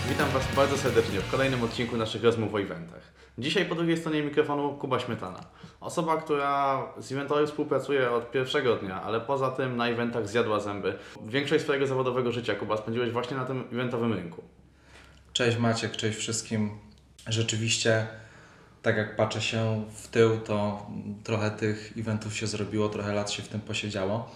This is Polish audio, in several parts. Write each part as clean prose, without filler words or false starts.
Witam Was bardzo serdecznie w kolejnym odcinku naszych rozmów o eventach. Dzisiaj po drugiej stronie mikrofonu Kuba Śmietana. Osoba, która z Eventory współpracuje od pierwszego dnia, ale poza tym na eventach zjadła zęby. Większość swojego zawodowego życia, Kuba, spędziłeś właśnie na tym eventowym rynku. Cześć Maciek, cześć wszystkim. Rzeczywiście, tak jak patrzę się w tył, to trochę tych eventów się zrobiło, trochę lat się w tym posiedziało.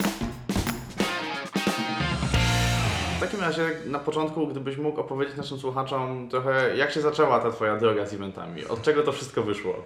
W takim razie na początku, gdybyś mógł opowiedzieć naszym słuchaczom trochę, jak się zaczęła ta Twoja droga z eventami? Od czego to wszystko wyszło?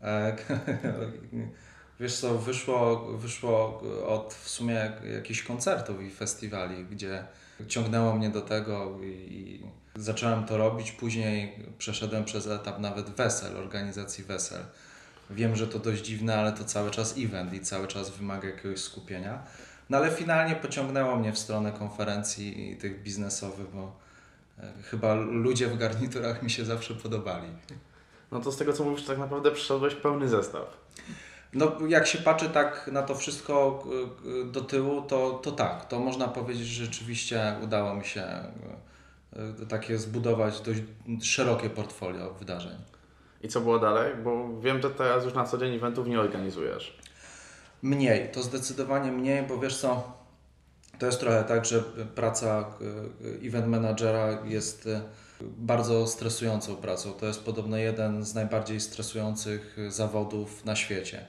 Wiesz co, wyszło od w sumie jakichś koncertów i festiwali, gdzie ciągnęło mnie do tego i zacząłem to robić. Później przeszedłem przez etap nawet wesel, organizacji wesel. Wiem, że to dość dziwne, ale to cały czas event i cały czas wymaga jakiegoś skupienia. No ale finalnie pociągnęło mnie w stronę konferencji i tych biznesowych, bo chyba ludzie w garniturach mi się zawsze podobali. No to z tego co mówisz, to tak naprawdę przeszedłeś pełny zestaw. No, jak się patrzy tak na to wszystko do tyłu, to tak, to można powiedzieć, że rzeczywiście udało mi się takie zbudować dość szerokie portfolio wydarzeń. I co było dalej? Bo wiem, że teraz już na co dzień eventów nie organizujesz. Mniej, to zdecydowanie mniej, bo wiesz co, to jest trochę tak, że praca event managera jest bardzo stresującą pracą. To jest podobno jeden z najbardziej stresujących zawodów na świecie.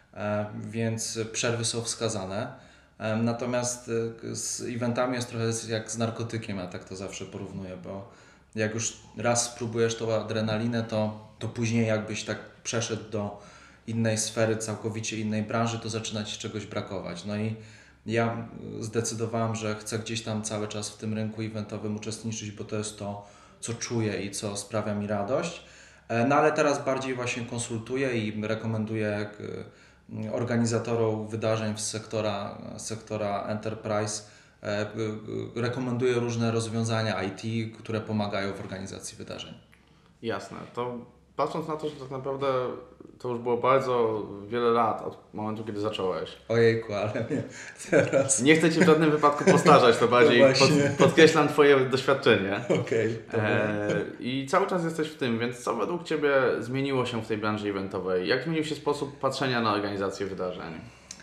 Więc przerwy są wskazane. Natomiast z eventami jest trochę jak z narkotykiem, ja tak to zawsze porównuję, bo jak już raz spróbujesz tą adrenalinę, to później jakbyś tak przeszedł do innej sfery, całkowicie innej branży, to zaczyna Ci czegoś brakować. No i ja zdecydowałem, że chcę gdzieś tam cały czas w tym rynku eventowym uczestniczyć, bo to jest to, co czuję i co sprawia mi radość. No ale teraz bardziej właśnie konsultuję i rekomenduję organizatorom wydarzeń z sektora enterprise, rekomenduję różne rozwiązania IT, które pomagają w organizacji wydarzeń. Jasne. To patrząc na to, że tak naprawdę to już było bardzo wiele lat od momentu, kiedy zacząłeś. Ojejku, ale nie, teraz... Nie chcę Cię w żadnym wypadku postarzać, to bardziej podkreślam Twoje doświadczenie. Okej. I cały czas jesteś w tym, więc co według Ciebie zmieniło się w tej branży eventowej? Jak zmienił się sposób patrzenia na organizację wydarzeń?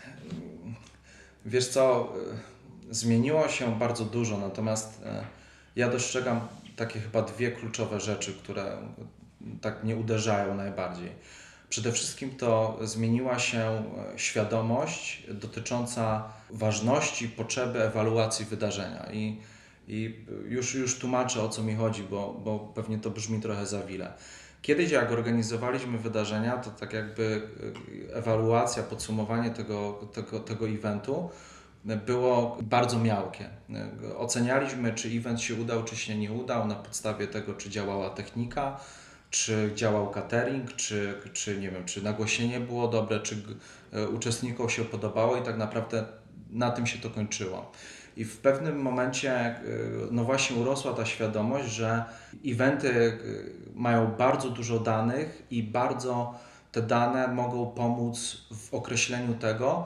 Wiesz co, zmieniło się bardzo dużo, natomiast ja dostrzegam takie chyba dwie kluczowe rzeczy, które tak mnie uderzają najbardziej. Przede wszystkim to zmieniła się świadomość dotycząca ważności, potrzeby ewaluacji wydarzenia i już tłumaczę, o co mi chodzi, bo pewnie to brzmi trochę za wile. Kiedyś jak organizowaliśmy wydarzenia, to tak jakby ewaluacja, podsumowanie tego eventu było bardzo miałkie. Ocenialiśmy, czy event się udał, czy się nie udał na podstawie tego, czy działała technika, czy działał catering, czy nie wiem, czy nagłośnienie było dobre, czy uczestnikom się podobało i tak naprawdę na tym się to kończyło. I w pewnym momencie no właśnie urosła ta świadomość, że eventy mają bardzo dużo danych i bardzo te dane mogą pomóc w określeniu tego,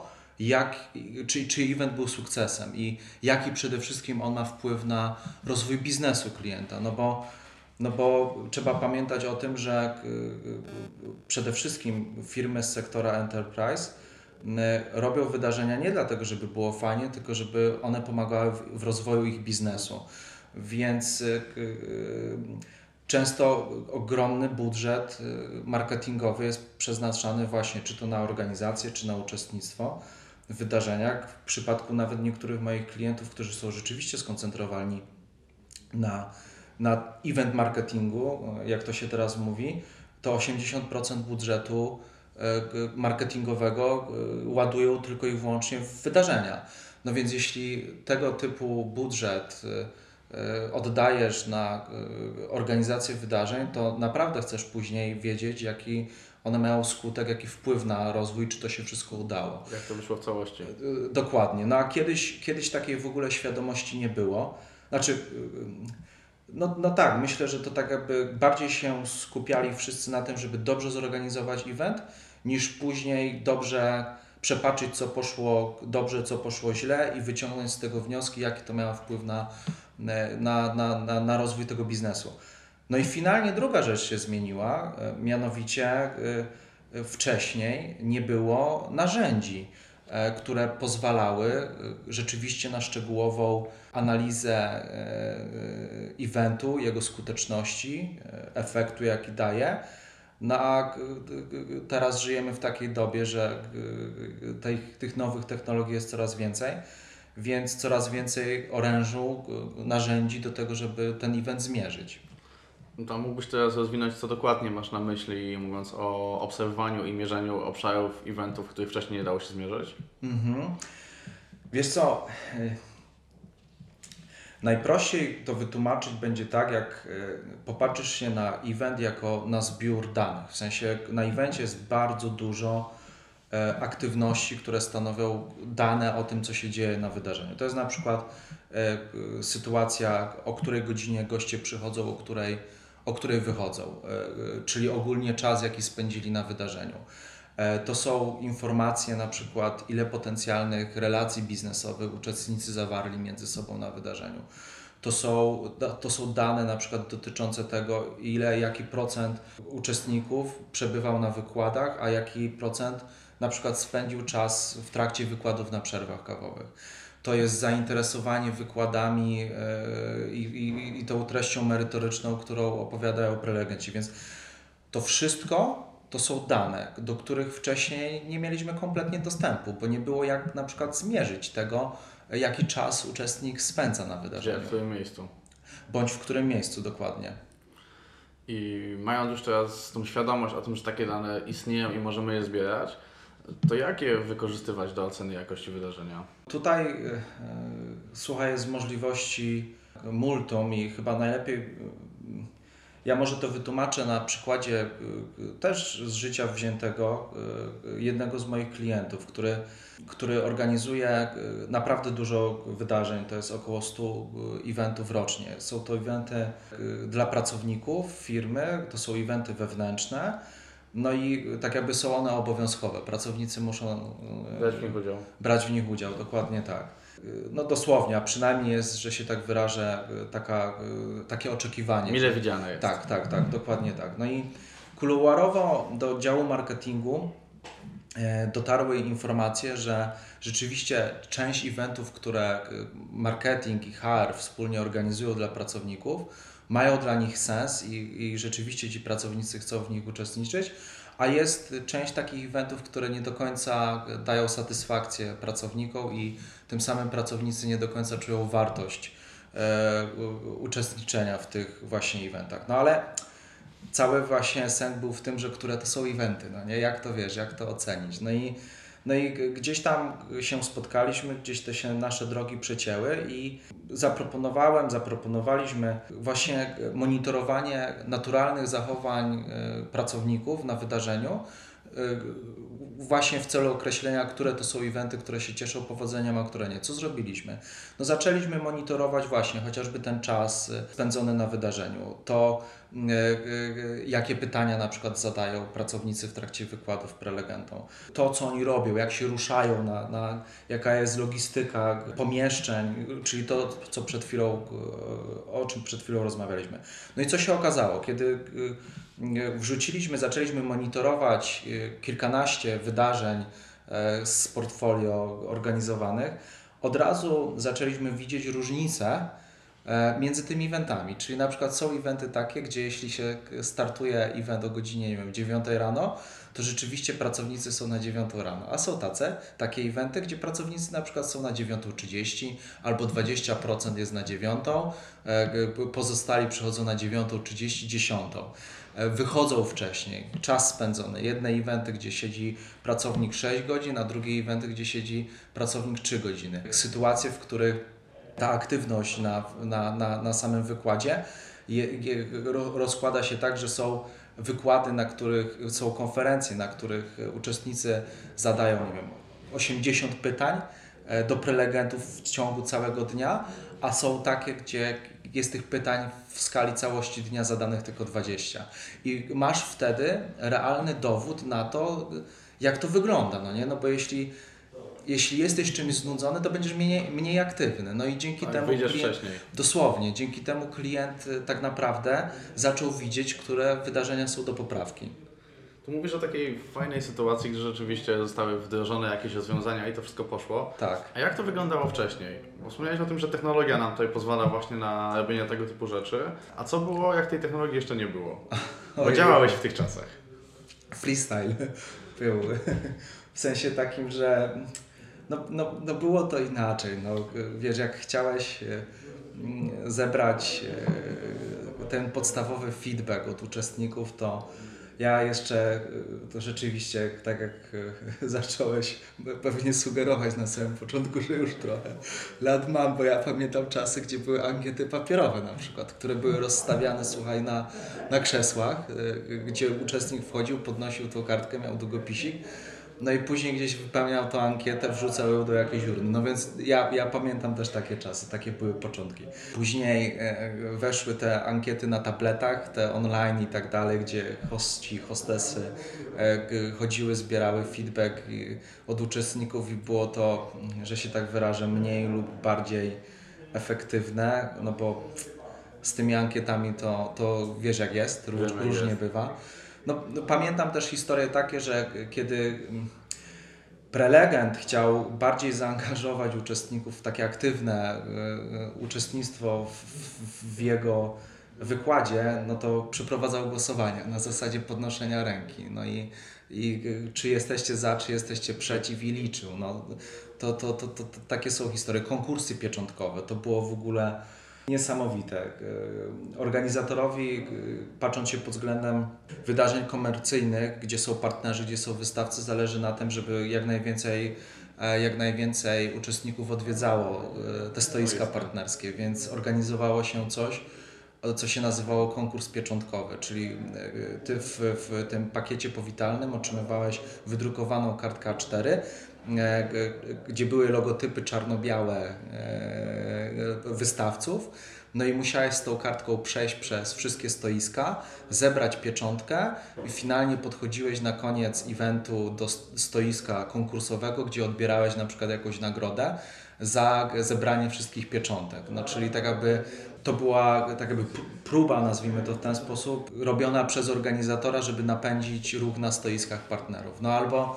czy event był sukcesem i jaki przede wszystkim on ma wpływ na rozwój biznesu klienta. No bo trzeba pamiętać o tym, że przede wszystkim firmy z sektora enterprise robią wydarzenia nie dlatego, żeby było fajnie, tylko żeby one pomagały w rozwoju ich biznesu. Więc często ogromny budżet marketingowy jest przeznaczany właśnie czy to na organizację, czy na uczestnictwo w wydarzeniach. W przypadku nawet niektórych moich klientów, którzy są rzeczywiście skoncentrowani na event marketingu, jak to się teraz mówi, to 80% budżetu marketingowego ładują tylko i wyłącznie w wydarzenia. No więc jeśli tego typu budżet oddajesz na organizację wydarzeń, to naprawdę chcesz później wiedzieć, jaki one mają skutek, jaki wpływ na rozwój, czy to się wszystko udało. Jak to wyszło w całości? Dokładnie. No a kiedyś takiej w ogóle świadomości nie było. Znaczy, no tak, myślę, że to tak jakby bardziej się skupiali wszyscy na tym, żeby dobrze zorganizować event, niż później dobrze przepatrzeć, co poszło dobrze, co poszło źle i wyciągnąć z tego wnioski, jaki to miało wpływ na na rozwój tego biznesu. No i finalnie druga rzecz się zmieniła, mianowicie wcześniej nie było narzędzi, które pozwalały rzeczywiście na szczegółową analizę eventu, jego skuteczności, efektu jaki daje. No a teraz żyjemy w takiej dobie, że tych nowych technologii jest coraz więcej, więc coraz więcej orężu, narzędzi do tego, żeby ten event zmierzyć. To mógłbyś teraz rozwinąć, co dokładnie masz na myśli, mówiąc o obserwowaniu i mierzeniu obszarów eventów, których wcześniej nie dało się zmierzyć? Wiesz co, najprościej to wytłumaczyć będzie tak, jak popatrzysz się na event jako na zbiór danych. W sensie na evencie jest bardzo dużo aktywności, które stanowią dane o tym, co się dzieje na wydarzeniu. To jest na przykład sytuacja, o której godzinie goście przychodzą, o której wychodzą, czyli ogólnie czas, jaki spędzili na wydarzeniu. To są informacje na przykład, ile potencjalnych relacji biznesowych uczestnicy zawarli między sobą na wydarzeniu. To są dane na przykład dotyczące tego, jaki procent uczestników przebywał na wykładach, a jaki procent na przykład spędził czas w trakcie wykładów na przerwach kawowych. To jest zainteresowanie wykładami i tą treścią merytoryczną, którą opowiadają prelegenci. Więc to wszystko to są dane, do których wcześniej nie mieliśmy kompletnie dostępu, bo nie było jak na przykład zmierzyć tego, jaki czas uczestnik spędza na wydarzeniu. Gdzie, w którym miejscu? Bądź w którym miejscu dokładnie. I mając już teraz tą świadomość o tym, że takie dane istnieją i możemy je zbierać, to jak je wykorzystywać do oceny jakości wydarzenia? Tutaj słuchaj, jest możliwości multum i chyba najlepiej ja może to wytłumaczę na przykładzie też z życia wziętego jednego z moich klientów, który organizuje naprawdę dużo wydarzeń, to jest około 100 eventów rocznie. Są to eventy dla pracowników firmy, to są eventy wewnętrzne, no i tak jakby są one obowiązkowe. Pracownicy muszą brać w nich udział, dokładnie tak. No dosłownie, a przynajmniej jest, że się tak wyrażę, takie oczekiwanie. Mile widziane jest. Tak, dokładnie tak. No i kuluarowo do działu marketingu dotarły informacje, że rzeczywiście część eventów, które marketing i HR wspólnie organizują dla pracowników, mają dla nich sens i rzeczywiście ci pracownicy chcą w nich uczestniczyć, a jest część takich eventów, które nie do końca dają satysfakcję pracownikom i tym samym pracownicy nie do końca czują wartość uczestniczenia w tych właśnie eventach. No ale cały właśnie sęk był w tym, że które to są eventy, no nie? Jak to wiesz, jak to ocenić? No i gdzieś tam się spotkaliśmy, gdzieś te się nasze drogi przecięły i zaproponowaliśmy właśnie monitorowanie naturalnych zachowań pracowników na wydarzeniu, właśnie w celu określenia, które to są eventy, które się cieszą powodzeniem, a które nie. Co zrobiliśmy? No zaczęliśmy monitorować właśnie chociażby ten czas spędzony na wydarzeniu, to jakie pytania na przykład zadają pracownicy w trakcie wykładów prelegentom, to co oni robią, jak się ruszają, jaka jest logistyka pomieszczeń, czyli to, o czym przed chwilą rozmawialiśmy. No i co się okazało, kiedy zaczęliśmy monitorować kilkanaście wydarzeń z portfolio organizowanych, od razu zaczęliśmy widzieć różnice między tymi eventami, czyli na przykład są eventy takie, gdzie jeśli się startuje event o godzinie, nie wiem, 9 rano, to rzeczywiście pracownicy są na 9 rano, a są takie eventy, gdzie pracownicy na przykład są na 9:30 albo 20% jest na 9, pozostali przychodzą na 9:30, 10. Wychodzą wcześniej, czas spędzony. Jedne eventy, gdzie siedzi pracownik 6 godzin, a drugie eventy, gdzie siedzi pracownik 3 godziny. Sytuacje, w których ta aktywność na samym wykładzie rozkłada się tak, że są wykłady, na których są konferencje, na których uczestnicy zadają, nie wiem, 80 pytań do prelegentów w ciągu całego dnia, a są takie, gdzie jest tych pytań w skali całości dnia zadanych tylko 20. I masz wtedy realny dowód na to, jak to wygląda, no nie? No bo jeśli jeśli jesteś czymś znudzony, to będziesz mniej aktywny. No i dzięki temu wyjdziesz klient, wcześniej. dosłownie, dzięki temu klient tak naprawdę zaczął widzieć, które wydarzenia są do poprawki. Tu mówisz o takiej fajnej sytuacji, gdzie rzeczywiście zostały wdrożone jakieś rozwiązania i to wszystko poszło. Tak. A jak to wyglądało wcześniej? Bo wspomniałeś o tym, że technologia nam tutaj pozwala właśnie na robienie tego typu rzeczy. A co było, jak tej technologii jeszcze nie było? Bo działałeś w tych czasach. Freestyle był. W sensie takim, że no było to inaczej. No, wiesz, jak chciałeś zebrać ten podstawowy feedback od uczestników, to ja jeszcze, to rzeczywiście, tak jak zacząłeś pewnie sugerować na samym początku, że już trochę lat mam, bo ja pamiętam czasy, gdzie były ankiety papierowe na przykład, które były rozstawiane, słuchaj, na krzesłach, gdzie uczestnik wchodził, podnosił tą kartkę, miał długopisik, no i później gdzieś wypełniał tą ankietę, wrzucał ją do jakiejś urny. No więc ja pamiętam też takie czasy, takie były początki. Później weszły te ankiety na tabletach, te online i tak dalej, gdzie hostesy chodziły, zbierały feedback od uczestników i było to, że się tak wyrażę, mniej lub bardziej efektywne, no bo z tymi ankietami to wiesz jak jest, różnie bywa. No, pamiętam też historie takie, że kiedy prelegent chciał bardziej zaangażować uczestników w takie aktywne uczestnictwo w jego wykładzie, no to przeprowadzał głosowania na zasadzie podnoszenia ręki. No i czy jesteście za, czy jesteście przeciw i liczył. No, to takie są historie. Konkursy pieczątkowe, to było w ogóle niesamowite. Organizatorowi, patrząc się pod względem wydarzeń komercyjnych, gdzie są partnerzy, gdzie są wystawcy, zależy na tym, żeby jak najwięcej uczestników odwiedzało te stoiska partnerskie, więc organizowało się coś, co się nazywało konkurs pieczątkowy, czyli ty w tym pakiecie powitalnym otrzymywałeś wydrukowaną kartkę A4, gdzie były logotypy czarno-białe wystawców, no i musiałeś z tą kartką przejść przez wszystkie stoiska, zebrać pieczątkę i finalnie podchodziłeś na koniec eventu do stoiska konkursowego, gdzie odbierałeś na przykład jakąś nagrodę za zebranie wszystkich pieczątek. No, czyli tak jakby to była tak jakby próba, nazwijmy to w ten sposób, robiona przez organizatora, żeby napędzić ruch na stoiskach partnerów. No albo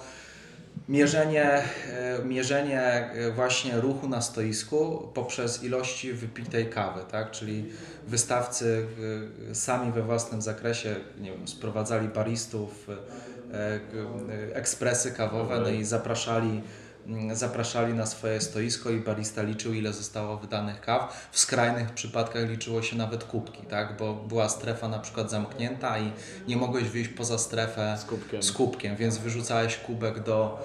mierzenie właśnie ruchu na stoisku poprzez ilości wypitej kawy, tak? Czyli wystawcy sami we własnym zakresie, nie wiem, sprowadzali baristów, ekspresy kawowe, no i zapraszali na swoje stoisko i barista liczył, ile zostało wydanych kaw. W skrajnych przypadkach liczyło się nawet kubki, tak? Bo była strefa na przykład zamknięta i nie mogłeś wyjść poza strefę z kubkiem, więc wyrzucałeś kubek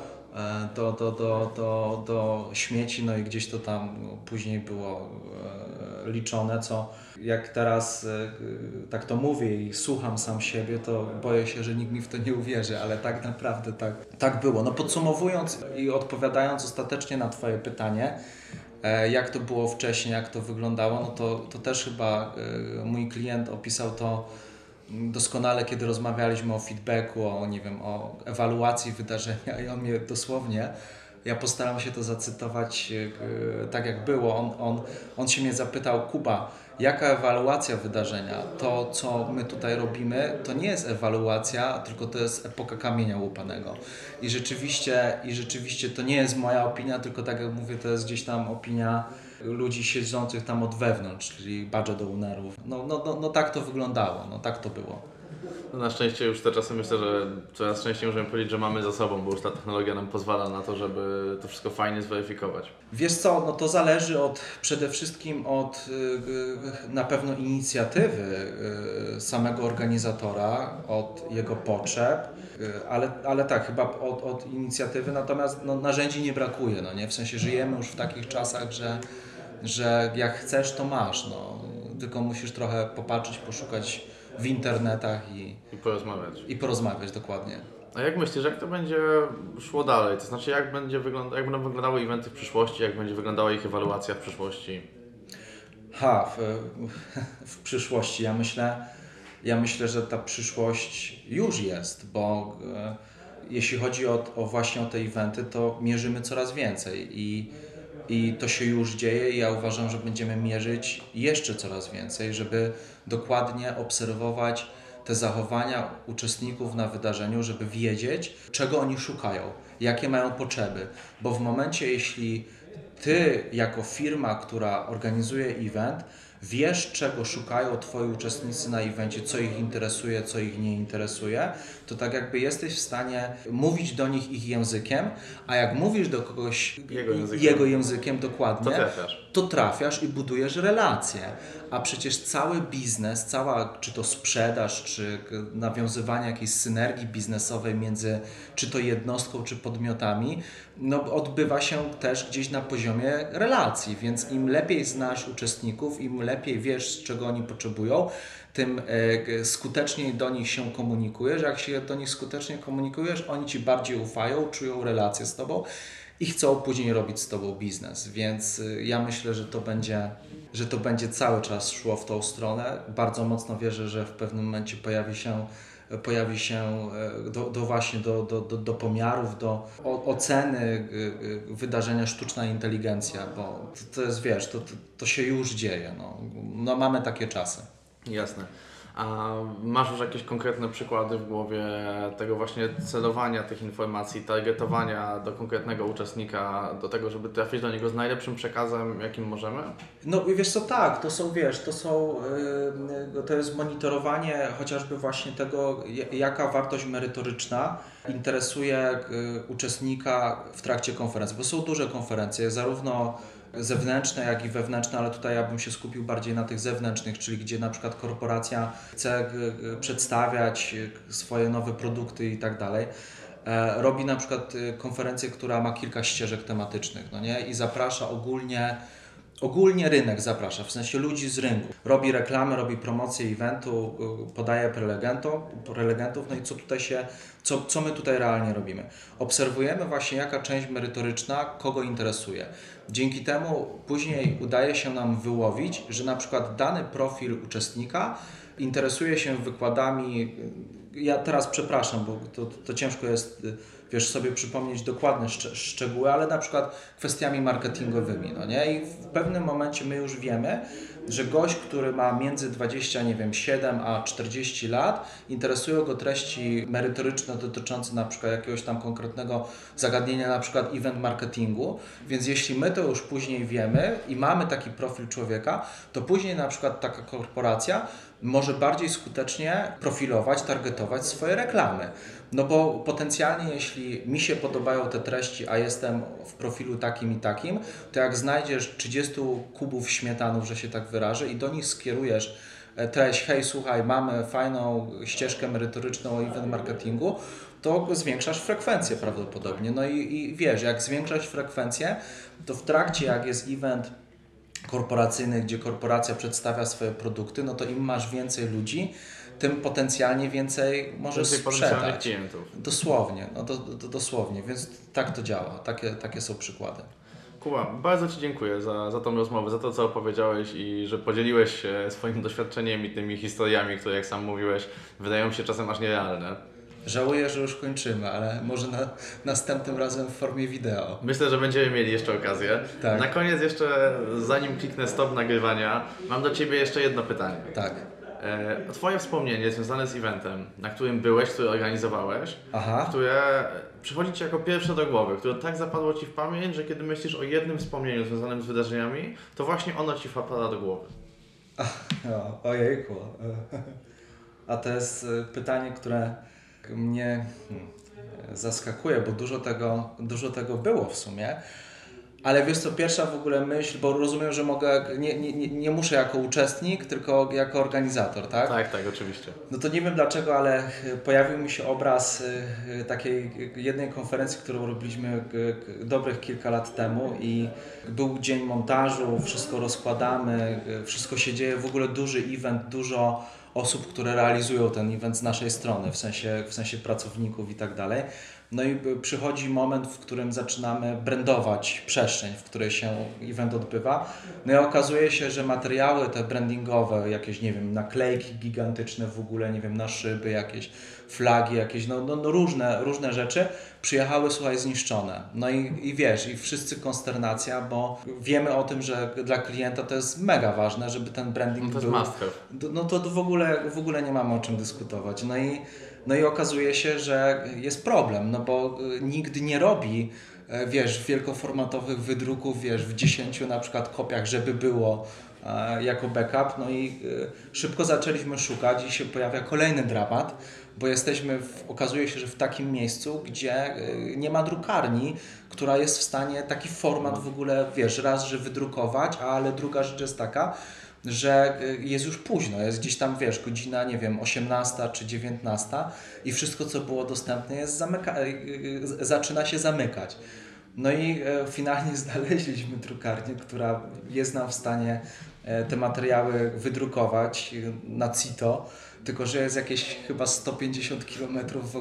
do śmieci, no i gdzieś to tam później było liczone, co jak teraz tak to mówię i słucham sam siebie, to boję się, że nikt mi w to nie uwierzy, ale tak naprawdę tak było. No podsumowując i odpowiadając ostatecznie na Twoje pytanie, jak to było wcześniej, jak to wyglądało, no to też chyba mój klient opisał to doskonale, kiedy rozmawialiśmy o feedbacku, o ewaluacji wydarzenia i on mnie dosłownie, ja postaram się to zacytować tak jak było, on się mnie zapytał: Kuba, jaka ewaluacja wydarzenia? To, co my tutaj robimy, to nie jest ewaluacja, tylko to jest epoka kamienia łupanego. I rzeczywiście to nie jest moja opinia, tylko tak jak mówię, to jest gdzieś tam opinia ludzi siedzących tam od wewnątrz, czyli budget ownerów. No tak to wyglądało, no tak to było. No na szczęście już te czasy myślę, że coraz częściej możemy powiedzieć, że mamy za sobą, bo już ta technologia nam pozwala na to, żeby to wszystko fajnie zweryfikować. Wiesz co, no to zależy przede wszystkim od na pewno inicjatywy samego organizatora, od jego potrzeb, ale tak, chyba od inicjatywy, natomiast no, narzędzi nie brakuje, no nie? W sensie żyjemy już w takich czasach, że jak chcesz, to masz, no. Tylko musisz trochę popatrzeć, poszukać w internetach I porozmawiać. I porozmawiać, dokładnie. A jak myślisz, jak to będzie szło dalej? To znaczy, jak będą wyglądały eventy w przyszłości, jak będzie wyglądała ich ewaluacja w przyszłości? W przyszłości ja myślę, że ta przyszłość już jest, bo jeśli chodzi właśnie o te eventy, to mierzymy coraz więcej i to się już dzieje i ja uważam, że będziemy mierzyć jeszcze coraz więcej, żeby dokładnie obserwować te zachowania uczestników na wydarzeniu, żeby wiedzieć, czego oni szukają, jakie mają potrzeby, bo w momencie, jeśli Ty jako firma, która organizuje event, wiesz, czego szukają Twoi uczestnicy na evencie, co ich interesuje, co ich nie interesuje, to tak jakby jesteś w stanie mówić do nich ich językiem, a jak mówisz do kogoś jego językiem dokładnie, to trafiasz i budujesz relacje. A przecież cały biznes, cała czy to sprzedaż, czy nawiązywanie jakiejś synergii biznesowej między czy to jednostką, czy podmiotami, no odbywa się też gdzieś na poziomie relacji, więc im lepiej znasz uczestników, im lepiej wiesz, czego oni potrzebują, tym skuteczniej do nich się komunikujesz. Jak się do nich skutecznie komunikujesz, oni Ci bardziej ufają, czują relacje z Tobą i chcą później robić z Tobą biznes. Więc ja myślę, że to będzie cały czas szło w tą stronę. Bardzo mocno wierzę, że w pewnym momencie pojawi się właśnie do pomiarów, do oceny wydarzenia sztuczna inteligencja, bo to jest, wiesz, to się już dzieje. No mamy takie czasy. Jasne. A masz już jakieś konkretne przykłady w głowie tego właśnie celowania tych informacji, targetowania do konkretnego uczestnika, do tego, żeby trafić do niego z najlepszym przekazem, jakim możemy? No i wiesz co, tak, to jest monitorowanie chociażby właśnie tego, jaka wartość merytoryczna interesuje uczestnika w trakcie konferencji, bo są duże konferencje, zarówno zewnętrzne, jak i wewnętrzne, ale tutaj ja bym się skupił bardziej na tych zewnętrznych, czyli gdzie na przykład korporacja chce przedstawiać swoje nowe produkty i tak dalej. Robi na przykład konferencję, która ma kilka ścieżek tematycznych, no nie? I zaprasza ogólnie rynek zaprasza, w sensie ludzi z rynku. Robi reklamy, robi promocję eventu, podaje prelegentów, no i co my tutaj realnie robimy? Obserwujemy właśnie, jaka część merytoryczna kogo interesuje. Dzięki temu później udaje się nam wyłowić, że na przykład dany profil uczestnika interesuje się wykładami, ja teraz przepraszam, bo to ciężko jest, wiesz, sobie przypomnieć dokładne szczegóły, ale na przykład kwestiami marketingowymi, no nie? I w pewnym momencie my już wiemy, że gość, który ma między 27 a 40 lat, interesują go treści merytoryczne dotyczące na przykład jakiegoś tam konkretnego zagadnienia, na przykład event marketingu, więc jeśli my to już później wiemy i mamy taki profil człowieka, to później na przykład taka korporacja może bardziej skutecznie profilować, targetować swoje reklamy. No bo potencjalnie, jeśli mi się podobają te treści, a jestem w profilu takim i takim, to jak znajdziesz 30 kubów śmietanów, że się tak wyrażę, i do nich skierujesz treść, hej, słuchaj, mamy fajną ścieżkę merytoryczną o event marketingu, to zwiększasz frekwencję prawdopodobnie. No i wiesz, jak zwiększasz frekwencję, to w trakcie, jak jest event korporacyjny, gdzie korporacja przedstawia swoje produkty, no to im masz więcej ludzi, tym potencjalnie więcej możesz sprzedać. Klientów. Dosłownie, dosłownie, więc tak to działa, takie są przykłady. Kuba, bardzo Ci dziękuję za tą rozmowę, za to, co opowiedziałeś i że podzieliłeś się swoim doświadczeniem i tymi historiami, które, jak sam mówiłeś, wydają się czasem aż nierealne. Żałuję, że już kończymy, ale może następnym razem w formie wideo. Myślę, że będziemy mieli jeszcze okazję. Tak. Na koniec jeszcze, zanim kliknę stop nagrywania, mam do Ciebie jeszcze jedno pytanie. Tak. Twoje wspomnienie związane z eventem, na którym byłeś, który organizowałeś, które przychodzi Ci jako pierwsze do głowy, które tak zapadło Ci w pamięć, że kiedy myślisz o jednym wspomnieniu związanym z wydarzeniami, to właśnie ono Ci wpada do głowy. Ojejku. A to jest pytanie, które mnie zaskakuje, bo dużo tego było w sumie. Ale wiesz co, pierwsza w ogóle myśl, bo rozumiem, że nie muszę jako uczestnik, tylko jako organizator, tak? Tak, oczywiście. No to nie wiem dlaczego, ale pojawił mi się obraz takiej jednej konferencji, którą robiliśmy dobrych kilka lat temu i był dzień montażu, wszystko rozkładamy, wszystko się dzieje, w ogóle duży event, dużo osób, które realizują ten event z naszej strony, w sensie pracowników i tak dalej. No i przychodzi moment, w którym zaczynamy brandować przestrzeń, w której się event odbywa. No i okazuje się, że materiały te brandingowe, jakieś, nie wiem, naklejki gigantyczne w ogóle, nie wiem, na szyby jakieś, flagi jakieś, różne rzeczy przyjechały, słuchaj, zniszczone. No i wiesz, i wszyscy konsternacja, bo wiemy o tym, że dla klienta to jest mega ważne, żeby ten branding No to jest był... must have. No to w ogóle nie mamy o czym dyskutować. No i okazuje się, że jest problem, no bo nikt nie robi, wiesz, wielkoformatowych wydruków, wiesz, w 10 na przykład kopiach, żeby było jako backup. No i szybko zaczęliśmy szukać i się pojawia kolejny dramat, bo okazuje się, że w takim miejscu, gdzie nie ma drukarni, która jest w stanie taki format w ogóle, wiesz, raz, że wydrukować, ale druga rzecz jest taka, że jest już późno, jest gdzieś tam, wiesz, godzina, nie wiem, 18 czy 19 i wszystko, co było dostępne, zaczyna się zamykać. No i finalnie znaleźliśmy drukarnię, która jest nam w stanie te materiały wydrukować na CITO, tylko że jest jakieś chyba 150 km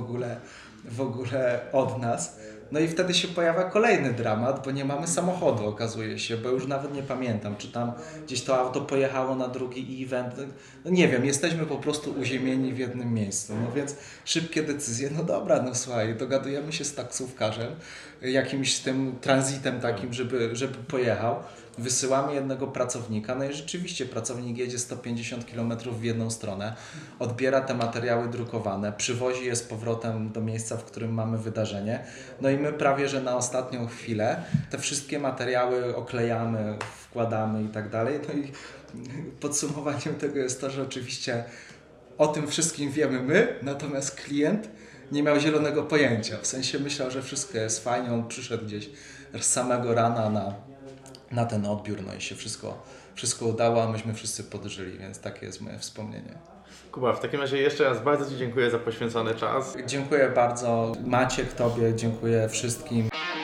w ogóle od nas. No i wtedy się pojawia kolejny dramat, bo nie mamy samochodu, okazuje się, bo już nawet nie pamiętam, czy tam gdzieś to auto pojechało na drugi event. No nie wiem, jesteśmy po prostu uziemieni w jednym miejscu. No więc szybkie decyzje, no dobra, no słuchaj, dogadujemy się z taksówkarzem, jakimś tym transitem takim, żeby pojechał. Wysyłamy jednego pracownika, no i rzeczywiście pracownik jedzie 150 km w jedną stronę, odbiera te materiały drukowane, przywozi je z powrotem do miejsca, w którym mamy wydarzenie. No i my prawie, że na ostatnią chwilę te wszystkie materiały oklejamy, wkładamy i tak dalej. No i podsumowaniem tego jest to, że oczywiście o tym wszystkim wiemy my, natomiast klient nie miał zielonego pojęcia. W sensie myślał, że wszystko jest fajnie, on przyszedł gdzieś z samego rana na ten odbiór, no i się wszystko udało, a myśmy wszyscy podżyli, więc takie jest moje wspomnienie. Kuba, w takim razie jeszcze raz bardzo Ci dziękuję za poświęcony czas. Dziękuję bardzo Maciek, Tobie, dziękuję wszystkim.